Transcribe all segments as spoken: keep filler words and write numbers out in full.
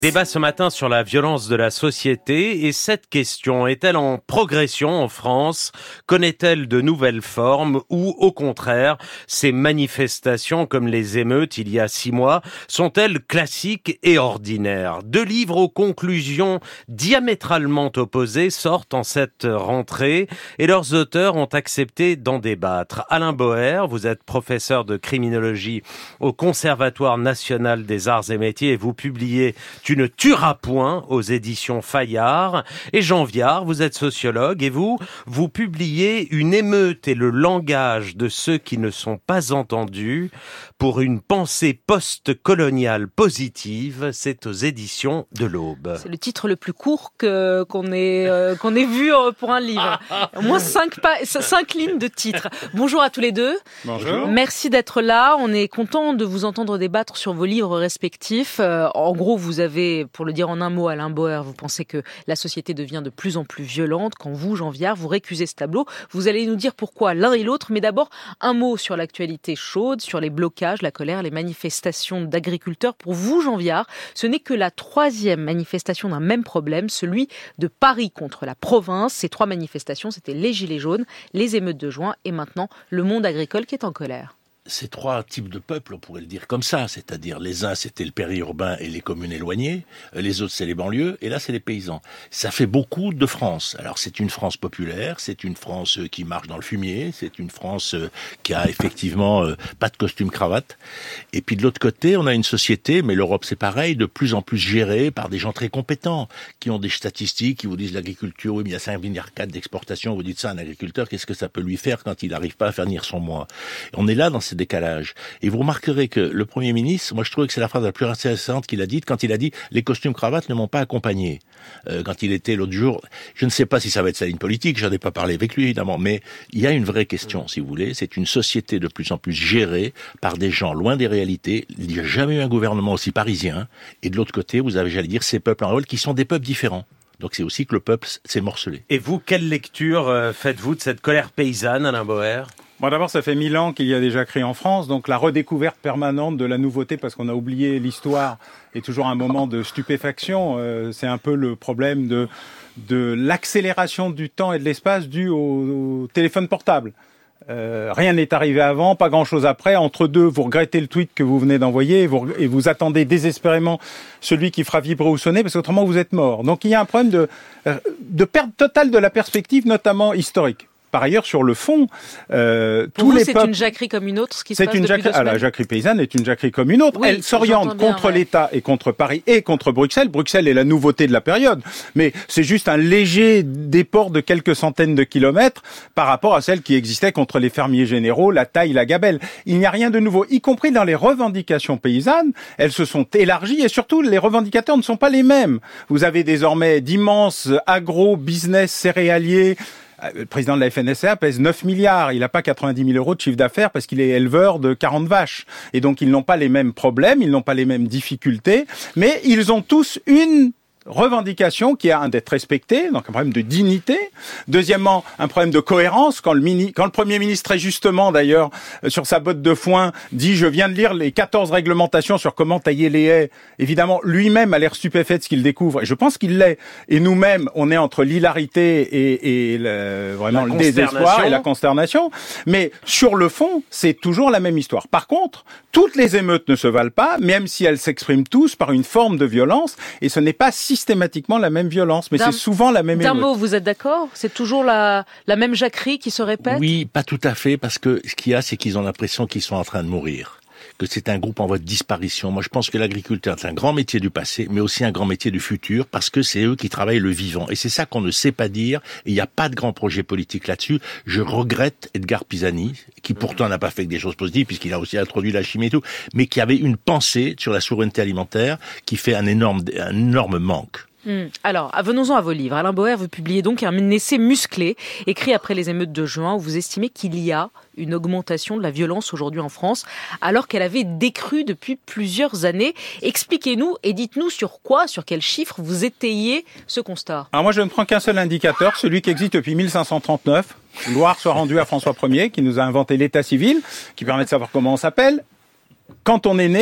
Débat ce matin sur la violence de la société et cette question est-elle en progression en France? Connaît-elle de nouvelles formes ou au contraire, ces manifestations comme les émeutes il y a six mois sont-elles classiques et ordinaires? Deux livres aux conclusions diamétralement opposées sortent en cette rentrée et leurs auteurs ont accepté d'en débattre. Alain Boer, vous êtes professeur de criminologie au Conservatoire national des arts et métiers et vous publiez Tu ne tueras point aux éditions Fayard. Et Jean Viard, vous êtes sociologue et vous, vous publiez Une émeute et le langage de ceux qui ne sont pas entendus pour une pensée post-coloniale positive. C'est aux éditions de l'Aube. C'est le titre le plus court que, qu'on ait, euh, qu'on ait vu pour un livre. Au moins cinq, pa- cinq lignes de titre. Bonjour à tous les deux. Bonjour. Merci d'être là. On est content de vous entendre débattre sur vos livres respectifs. Euh, en gros, vous avez pour le dire en un mot, Alain Boer, vous pensez que la société devient de plus en plus violente. Quand vous, Jean Viard, vous récusez ce tableau, vous allez nous dire pourquoi l'un et l'autre. Mais d'abord, un mot sur l'actualité chaude, sur les blocages, la colère, les manifestations d'agriculteurs. Pour vous, Jean Viard, ce n'est que la troisième manifestation d'un même problème, celui de Paris contre la province. Ces trois manifestations, c'était les Gilets jaunes, les émeutes de juin et maintenant le monde agricole qui est en colère. Ces trois types de peuples, on pourrait le dire comme ça, c'est-à-dire les uns c'était le périurbain et les communes éloignées, les autres c'est les banlieues, et là c'est les paysans. Ça fait beaucoup de France. Alors c'est une France populaire, c'est une France qui marche dans le fumier, c'est une France qui a effectivement euh, pas de costume cravate. Et puis de l'autre côté, on a une société, mais l'Europe c'est pareil, de plus en plus gérée par des gens très compétents, qui ont des statistiques, qui vous disent l'agriculture, oui mais il y a cinq milliards quatre d'exportation, vous dites ça, un agriculteur, qu'est-ce que ça peut lui faire quand il n'arrive pas à faire venir son mois? On est là dans ces décalage. Et vous remarquerez que le Premier ministre, moi je trouve que c'est la phrase la plus intéressante qu'il a dite quand il a dit « les costumes cravates ne m'ont pas accompagné euh, ». Quand il était l'autre jour, je ne sais pas si ça va être sa ligne politique, j'en ai pas parlé avec lui évidemment, mais il y a une vraie question si vous voulez, c'est une société de plus en plus gérée par des gens loin des réalités, il n'y a jamais eu un gouvernement aussi parisien, et de l'autre côté vous avez, j'allais dire, ces peuples en rôle qui sont des peuples différents. Donc c'est aussi que le peuple s'est morcelé. Et vous, quelle lecture euh, faites-vous de cette colère paysanne, Alain Boer? Bon, d'abord, ça fait mille ans qu'il y a des jacqueries en France, donc la redécouverte permanente de la nouveauté, parce qu'on a oublié l'histoire, est toujours un moment de stupéfaction. Euh, c'est un peu le problème de, de l'accélération du temps et de l'espace dû au, au téléphone portable. Euh, rien n'est arrivé avant, pas grand-chose après. Entre deux, vous regrettez le tweet que vous venez d'envoyer et vous, et vous attendez désespérément celui qui fera vibrer ou sonner, parce qu'autrement vous êtes mort. Donc il y a un problème de, de perte totale de la perspective, notamment historique. Par ailleurs, sur le fond, euh, Pour tous vous, les c'est peuples... une jacquerie comme une autre, ce qui se C'est passe une depuis jacquerie... deux ah, semaines. la jacquerie paysanne est une jacquerie comme une autre. Oui, Elle s'oriente bien, contre ouais. l'État et contre Paris et contre Bruxelles. Bruxelles est la nouveauté de la période, mais c'est juste un léger déport de quelques centaines de kilomètres par rapport à celle qui existait contre les fermiers généraux, la taille, la gabelle. Il n'y a rien de nouveau, y compris dans les revendications paysannes. Elles se sont élargies et surtout, les revendicateurs ne sont pas les mêmes. Vous avez désormais d'immenses agro-business céréaliers. Le président de la F N S E A pèse neuf milliards. Il n'a pas quatre-vingt-dix mille euros de chiffre d'affaires parce qu'il est éleveur de quarante vaches. Et donc, ils n'ont pas les mêmes problèmes, ils n'ont pas les mêmes difficultés, mais ils ont tous une revendication qui a un d'être respecté, donc un problème de dignité. Deuxièmement, un problème de cohérence. Quand le, mini, quand le Premier ministre, très justement d'ailleurs, sur sa botte de foin, dit « je viens de lire les quatorze réglementations sur comment tailler les haies », évidemment, lui-même a l'air stupéfait de ce qu'il découvre, et je pense qu'il l'est. Et nous-mêmes, on est entre l'hilarité et, et le, vraiment le désespoir et la consternation. Mais sur le fond, c'est toujours la même histoire. Par contre, toutes les émeutes ne se valent pas, même si elles s'expriment tous par une forme de violence, et ce n'est pas systématiquement la même violence, mais d'un, c'est souvent la même émeute. D'un mot, vous êtes d'accord? C'est toujours la, la même jacquerie qui se répète? Oui, pas tout à fait, parce que ce qu'il y a, c'est qu'ils ont l'impression qu'ils sont en train de mourir, que c'est un groupe en voie de disparition. Moi, je pense que l'agriculteur est un grand métier du passé, mais aussi un grand métier du futur, parce que c'est eux qui travaillent le vivant. Et c'est ça qu'on ne sait pas dire, et il n'y a pas de grand projet politique là-dessus. Je regrette Edgar Pisani, qui pourtant n'a pas fait que des choses positives, puisqu'il a aussi introduit la chimie et tout, mais qui avait une pensée sur la souveraineté alimentaire qui fait un énorme, un énorme manque. Hum. Alors, venons-en à vos livres. Alain Boer, vous publiez donc un essai musclé, écrit après les émeutes de juin, où vous estimez qu'il y a une augmentation de la violence aujourd'hui en France, alors qu'elle avait décru depuis plusieurs années. Expliquez-nous et dites-nous sur quoi, sur quels chiffres vous étayez ce constat. Alors moi, je ne prends qu'un seul indicateur, celui qui existe depuis mille cinq cent trente-neuf. Gloire soit rendue à François Ier, qui nous a inventé l'état civil, qui permet de savoir comment on s'appelle. Quand on est né,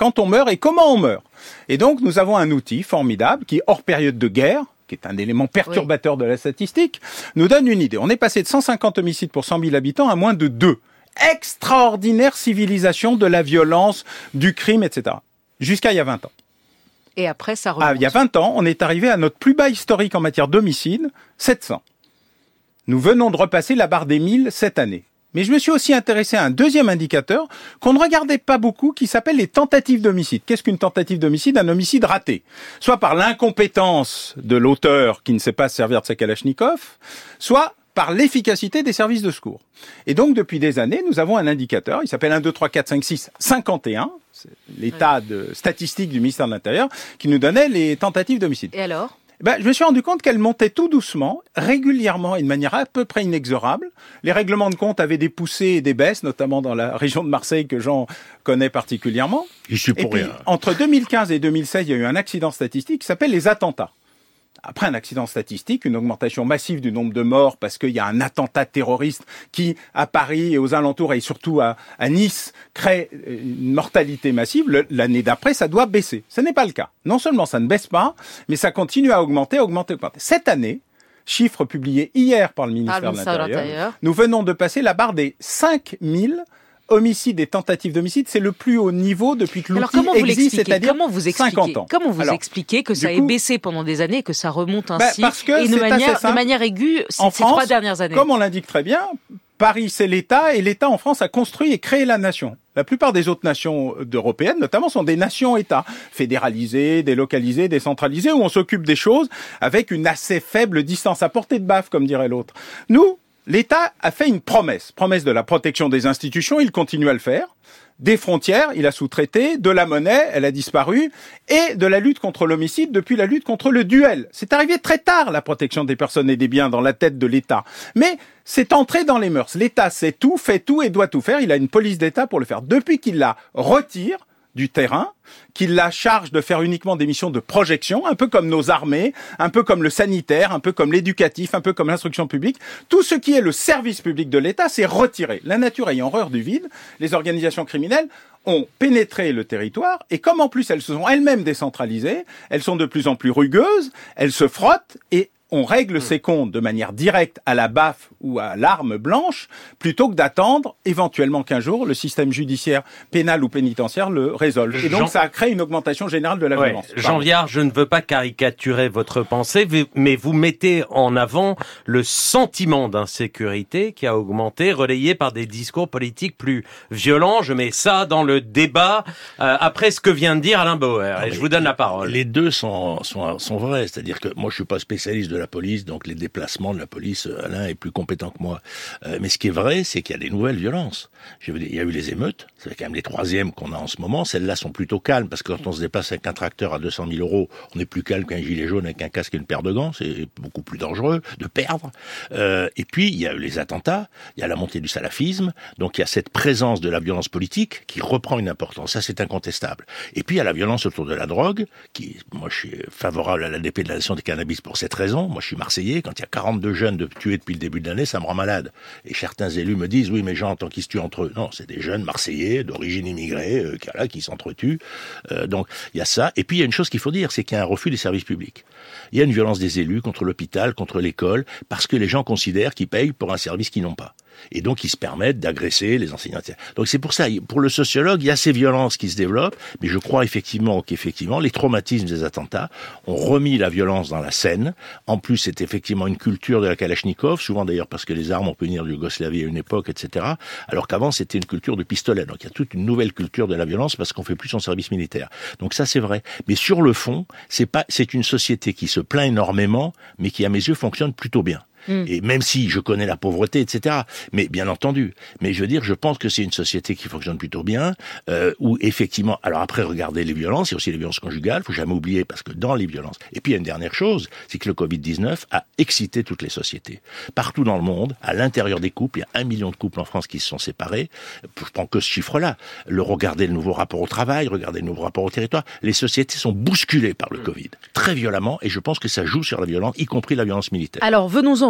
quand on meurt et comment on meurt. Et donc, nous avons un outil formidable qui, hors période de guerre, qui est un élément perturbateur oui. de la statistique, nous donne une idée. On est passé de cent cinquante homicides pour cent mille habitants à moins de deux. Extraordinaire civilisation de la violence, du crime, et cetera. Jusqu'à il y a vingt ans. Et après, ça remonte. Ah, il y a vingt ans, on est arrivé à notre plus bas historique en matière d'homicide, sept cents. Nous venons de repasser la barre des mille cette année. Mais je me suis aussi intéressé à un deuxième indicateur qu'on ne regardait pas beaucoup, qui s'appelle les tentatives d'homicide. Qu'est-ce qu'une tentative d'homicide ? Un homicide raté. Soit par l'incompétence de l'auteur qui ne sait pas se servir de sa Kalachnikov, soit par l'efficacité des services de secours. Et donc, depuis des années, nous avons un indicateur, il s'appelle un, deux, trois, quatre, cinq, six, cinquante et un, c'est l'état de statistique du ministère de l'Intérieur, qui nous donnait les tentatives d'homicide. Et alors ? Ben, je me suis rendu compte qu'elles montaient tout doucement, régulièrement et de manière à peu près inexorable. Les règlements de compte avaient des poussées et des baisses, notamment dans la région de Marseille que Jean connaît particulièrement. J'y suis pour et puis, rien. Entre deux mille quinze et deux mille seize, il y a eu un accident statistique qui s'appelle les attentats. Après un accident statistique, une augmentation massive du nombre de morts parce qu'il y a un attentat terroriste qui, à Paris et aux alentours et surtout à, à Nice, crée une mortalité massive. Le, l'année d'après, ça doit baisser. Ce n'est pas le cas. Non seulement ça ne baisse pas, mais ça continue à augmenter, augmenter, augmenter. Cette année, chiffre publié hier par le ministère ah, de l'Intérieur, nous venons de passer la barre des cinq mille homicides et tentatives d'homicide, c'est le plus haut niveau depuis que l'outil existe, c'est-à-dire comment vous cinquante ans. Comment vous Alors, expliquez que ça coup, ait baissé pendant des années et que ça remonte ainsi bah parce que et de manière, de manière aiguë ces, en ces France, trois dernières années? Comme on l'indique très bien, Paris c'est l'État et l'État en France a construit et créé la nation. La plupart des autres nations européennes, notamment, sont des nations-États, fédéralisées, délocalisées, décentralisées, où on s'occupe des choses avec une assez faible distance à portée de baffe, comme dirait l'autre. Nous, l'État a fait une promesse, promesse de la protection des institutions, il continue à le faire, des frontières, il a sous-traité, de la monnaie, elle a disparu, et de la lutte contre l'homicide depuis la lutte contre le duel. C'est arrivé très tard, la protection des personnes et des biens dans la tête de l'État. Mais c'est entré dans les mœurs. L'État sait tout, fait tout et doit tout faire. Il a une police d'État pour le faire. Depuis qu'il la retire du terrain, qu'il la charge de faire uniquement des missions de projection, un peu comme nos armées, un peu comme le sanitaire, un peu comme l'éducatif, un peu comme l'instruction publique. Tout ce qui est le service public de l'État, c'est retiré. La nature ayant horreur du vide, les organisations criminelles ont pénétré le territoire et comme en plus elles se sont elles-mêmes décentralisées, elles sont de plus en plus rugueuses, elles se frottent et on règle mmh. ses comptes de manière directe à la baffe ou à l'arme blanche, plutôt que d'attendre éventuellement qu'un jour le système judiciaire pénal ou pénitentiaire le résolve. Et donc Jean... ça crée une augmentation générale de la ouais. violence. Jean Viard, je ne veux pas caricaturer votre pensée, mais vous mettez en avant le sentiment d'insécurité qui a augmenté, relayé par des discours politiques plus violents. Je mets ça dans le débat euh, après ce que vient de dire Alain Bauer. Non, et je vous donne la parole. Les deux sont, sont, sont vrais. C'est-à-dire que moi, je suis pas spécialiste de la police, donc les déplacements de la police, Alain est plus compétent que moi. Euh, mais ce qui est vrai, c'est qu'il y a des nouvelles violences. Je veux dire, il y a eu les émeutes, c'est quand même les troisièmes qu'on a en ce moment. Celles-là sont plutôt calmes, parce que quand on se déplace avec un tracteur à deux cent mille euros, on est plus calme qu'un gilet jaune avec un casque et une paire de gants. C'est beaucoup plus dangereux de perdre. Euh, et puis, il y a eu les attentats, il y a la montée du salafisme, donc il y a cette présence de la violence politique qui reprend une importance. Ça, c'est incontestable. Et puis, il y a la violence autour de la drogue, qui, moi, je suis favorable à la dépénalisation des cannabis pour cette raison. Moi, je suis Marseillais. Quand il y a quarante-deux jeunes de tués depuis le début de l'année, ça me rend malade. Et certains élus me disent, oui, mais Jean, tant qu'ils se tuent entre eux. Non, c'est des jeunes Marseillais d'origine immigrée euh, qui, là, qui s'entretuent. Euh, donc, il y a ça. Et puis, il y a une chose qu'il faut dire, c'est qu'il y a un refus des services publics. Il y a une violence des élus contre l'hôpital, contre l'école, parce que les gens considèrent qu'ils payent pour un service qu'ils n'ont pas. Et donc, ils se permettent d'agresser les enseignants. Donc, c'est pour ça, pour le sociologue, il y a ces violences qui se développent, mais je crois effectivement qu'effectivement, les traumatismes des attentats ont remis la violence dans la scène. En plus, c'est effectivement une culture de la Kalachnikov, souvent d'ailleurs parce que les armes ont pu venir de Yougoslavie à une époque, et cetera. Alors qu'avant, c'était une culture de pistolet. Donc, il y a toute une nouvelle culture de la violence parce qu'on fait plus son service militaire. Donc ça, c'est vrai. Mais sur le fond, c'est pas, c'est une société qui se plaint énormément, mais qui, à mes yeux, fonctionne plutôt bien. Mmh. Et même si je connais la pauvreté, et cetera. Mais bien entendu. Mais je veux dire, je pense que c'est une société qui fonctionne plutôt bien, euh, où effectivement, alors après, regardez les violences, il y a aussi les violences conjugales, faut jamais oublier, parce que dans les violences. Et puis il y a une dernière chose, c'est que le covid dix-neuf a excité toutes les sociétés. Partout dans le monde, à l'intérieur des couples, il y a un million de couples en France qui se sont séparés. Je prends que ce chiffre-là. Le regardez le nouveau rapport au travail, regardez le nouveau rapport au territoire. Les sociétés sont bousculées par le Covid, très violemment, et je pense que ça joue sur la violence, y compris la violence militaire. Alors venons-en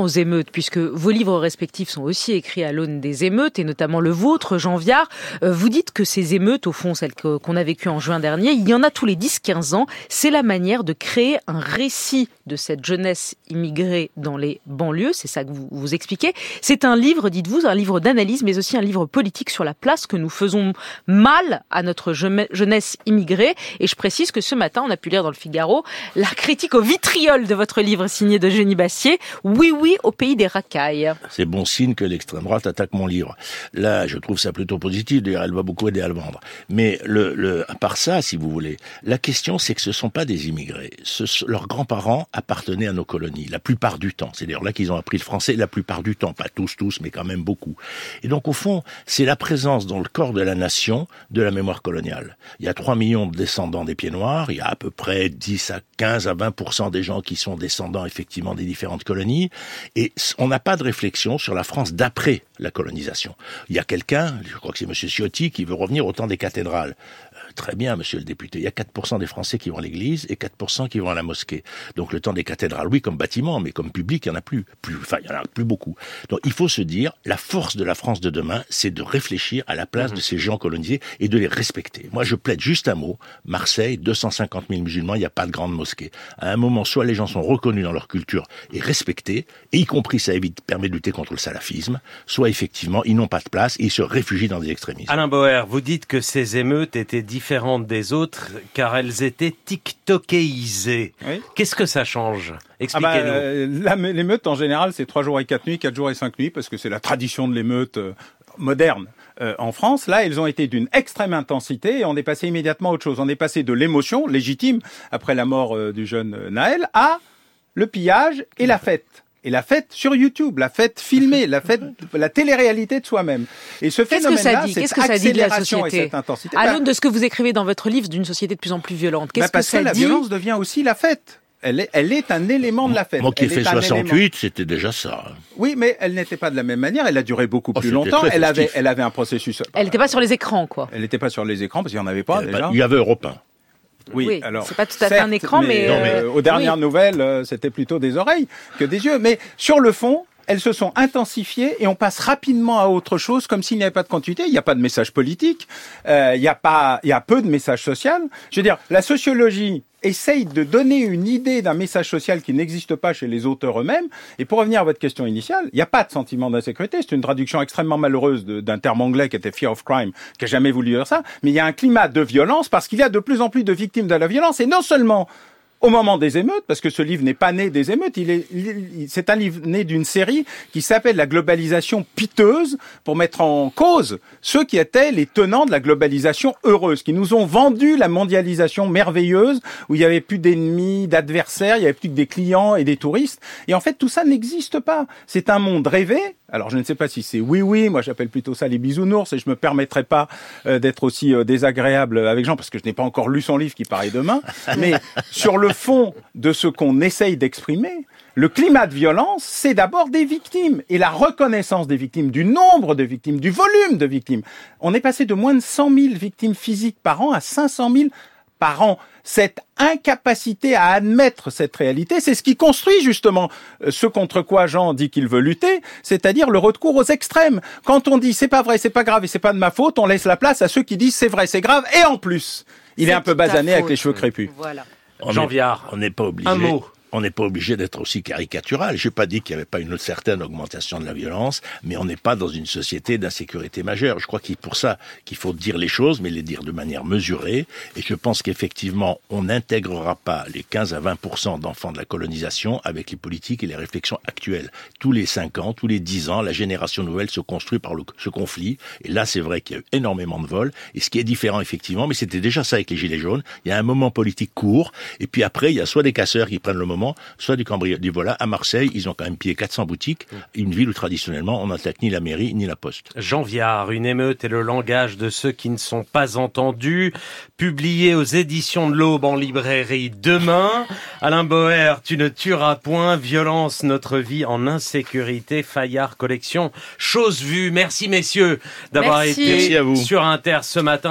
aux émeutes, puisque vos livres respectifs sont aussi écrits à l'aune des émeutes, et notamment le vôtre, Jean Viard. Euh, vous dites que ces émeutes, au fond, celles que, qu'on a vécues en juin dernier, il y en a tous les dix à quinze ans. C'est la manière de créer un récit de cette jeunesse immigrée dans les banlieues. C'est ça que vous, vous expliquez. C'est un livre, dites-vous, un livre d'analyse, mais aussi un livre politique sur la place que nous faisons mal à notre jeunesse immigrée. Et je précise que ce matin, on a pu lire dans le Figaro la critique au vitriol de votre livre signé d'Eugénie Bastier. Oui, oui, au pays des racailles. C'est bon signe que l'extrême droite attaque mon livre. Là, je trouve ça plutôt positif. D'ailleurs, elle va beaucoup aider à le vendre. Mais le, le, à part ça, si vous voulez, la question, c'est que ce sont pas des immigrés. Ce, leurs grands-parents appartenaient à nos colonies, la plupart du temps. C'est d'ailleurs là qu'ils ont appris le français, la plupart du temps. Pas tous, tous, mais quand même beaucoup. Et donc, au fond, c'est la présence dans le corps de la nation de la mémoire coloniale. Il y a trois millions de descendants des Pieds Noirs. Il y a à peu près dix à quinze à vingt pour cent des gens qui sont descendants, effectivement, des différentes colonies. Et on n'a pas de réflexion sur la France d'après la colonisation. Il y a quelqu'un, je crois que c'est monsieur Ciotti, qui veut revenir au temps des cathédrales. Très bien, monsieur le député. Il y a quatre pour cent des Français qui vont à l'église et quatre pour cent qui vont à la mosquée. Donc le temps des cathédrales, oui, comme bâtiment, mais comme public, il n'y en a plus. plus. Enfin, il n'y en a plus beaucoup. Donc il faut se dire, la force de la France de demain, c'est de réfléchir à la place mmh. de ces gens colonisés et de les respecter. Moi, je plaide juste un mot. Marseille, deux cent cinquante mille musulmans, il n'y a pas de grande mosquée. À un moment, soit les gens sont reconnus dans leur culture et respectés, et y compris ça évite, permet de lutter contre le salafisme, soit effectivement, ils n'ont pas de place et ils se réfugient dans des extrémismes. Alain Boer, vous dites que ces émeutes étaient différentes des autres car elles étaient tiktokéisées. Oui. Qu'est-ce que ça change ? Expliquez-nous. Ah bah, euh, l'émeute, en général, c'est trois jours et quatre nuits, quatre jours et cinq nuits, parce que c'est la tradition de l'émeute euh, moderne. Euh, en France, là, elles ont été d'une extrême intensité et on est passé immédiatement à autre chose. On est passé de l'émotion légitime, après la mort euh, du jeune euh, Naël, à le pillage et la fête. Et la fête sur YouTube, la fête filmée, la fête, la télé-réalité de soi-même. Et ce phénomène-là, cette accélération et cette intensité. À l'aune de ce que vous écrivez dans votre livre d'une société de plus en plus violente, qu'est-ce bah parce que ça que la dit ? violence devient aussi la fête. Elle est, elle est un élément de la fête. Moi qui ai elle fait soixante-huit, c'était déjà ça. Oui, mais elle n'était pas de la même manière. Elle a duré beaucoup oh, plus longtemps. Elle avait, elle avait un processus. Elle n'était pas sur les écrans, quoi. Elle n'était pas sur les écrans parce qu'il n'y en avait pas il déjà. Pas, il y avait Europe un. Oui, oui, alors c'est pas tout à fait certes, un écran, mais, mais, non, mais euh, aux dernières oui. nouvelles, euh, c'était plutôt des oreilles que des yeux. Mais sur le fond, elles se sont intensifiées et on passe rapidement à autre chose, comme s'il n'y avait pas de continuité. Il n'y a pas de message politique, euh, il y a pas, il y a peu de message social. Je veux dire, la sociologie essaye de donner une idée d'un message social qui n'existe pas chez les auteurs eux-mêmes. Et pour revenir à votre question initiale, il n'y a pas de sentiment d'insécurité. C'est une traduction extrêmement malheureuse de, d'un terme anglais qui était fear of crime, qui n'a jamais voulu dire ça. Mais il y a un climat de violence parce qu'il y a de plus en plus de victimes de la violence. Et non seulement au moment des émeutes, parce que ce livre n'est pas né des émeutes, il est, il, c'est un livre né d'une série qui s'appelle La globalisation piteuse, pour mettre en cause ceux qui étaient les tenants de la globalisation heureuse, qui nous ont vendu la mondialisation merveilleuse, où il n'y avait plus d'ennemis, d'adversaires, il n'y avait plus que des clients et des touristes. Et en fait, tout ça n'existe pas. C'est un monde rêvé. Alors, je ne sais pas si c'est oui, oui, moi j'appelle plutôt ça les bisounours, et je me permettrai pas euh, d'être aussi euh, désagréable avec Jean, parce que je n'ai pas encore lu son livre qui paraît demain, mais sur le fond de ce qu'on essaye d'exprimer, le climat de violence, c'est d'abord des victimes, et la reconnaissance des victimes, du nombre de victimes, du volume de victimes. On est passé de moins de cent mille victimes physiques par an à cinq cent mille par an. Cette incapacité à admettre cette réalité, c'est ce qui construit justement ce contre quoi Jean dit qu'il veut lutter, c'est-à-dire le recours aux extrêmes. Quand on dit c'est pas vrai, c'est pas grave et c'est pas de ma faute, on laisse la place à ceux qui disent c'est vrai, c'est grave et en plus, il est, est un peu basané avec les cheveux crépus. Voilà. Jean Viard, on n'est pas obligé. Un mot. On n'est pas obligé d'être aussi caricatural. J'ai pas dit qu'il n'y avait pas une certaine augmentation de la violence, mais on n'est pas dans une société d'insécurité majeure. Je crois qu'il pour ça qu'il faut dire les choses, mais les dire de manière mesurée. Et je pense qu'effectivement, on n'intégrera pas les quinze à vingt pour cent d'enfants de la colonisation avec les politiques et les réflexions actuelles. Tous les cinq ans, tous les dix ans, la génération nouvelle se construit par le, ce conflit. Et là, c'est vrai qu'il y a eu énormément de vols. Et ce qui est différent, effectivement, mais c'était déjà ça avec les Gilets jaunes, il y a un moment politique court, et puis après, il y a soit des casseurs qui prennent le moment, soit du cambriolage. Du voilà, à Marseille, ils ont quand même pillé quatre cents boutiques, une ville où traditionnellement on n'attaque ni la mairie ni la poste. Jean Viard, une émeute est le langage de ceux qui ne sont pas entendus, publié aux éditions de l'Aube en librairie demain. Alain Boer, tu ne tueras point, violence, notre vie en insécurité, Fayard Collection, chose vue. Merci messieurs d'avoir Merci. été Merci à vous. sur Inter ce matin.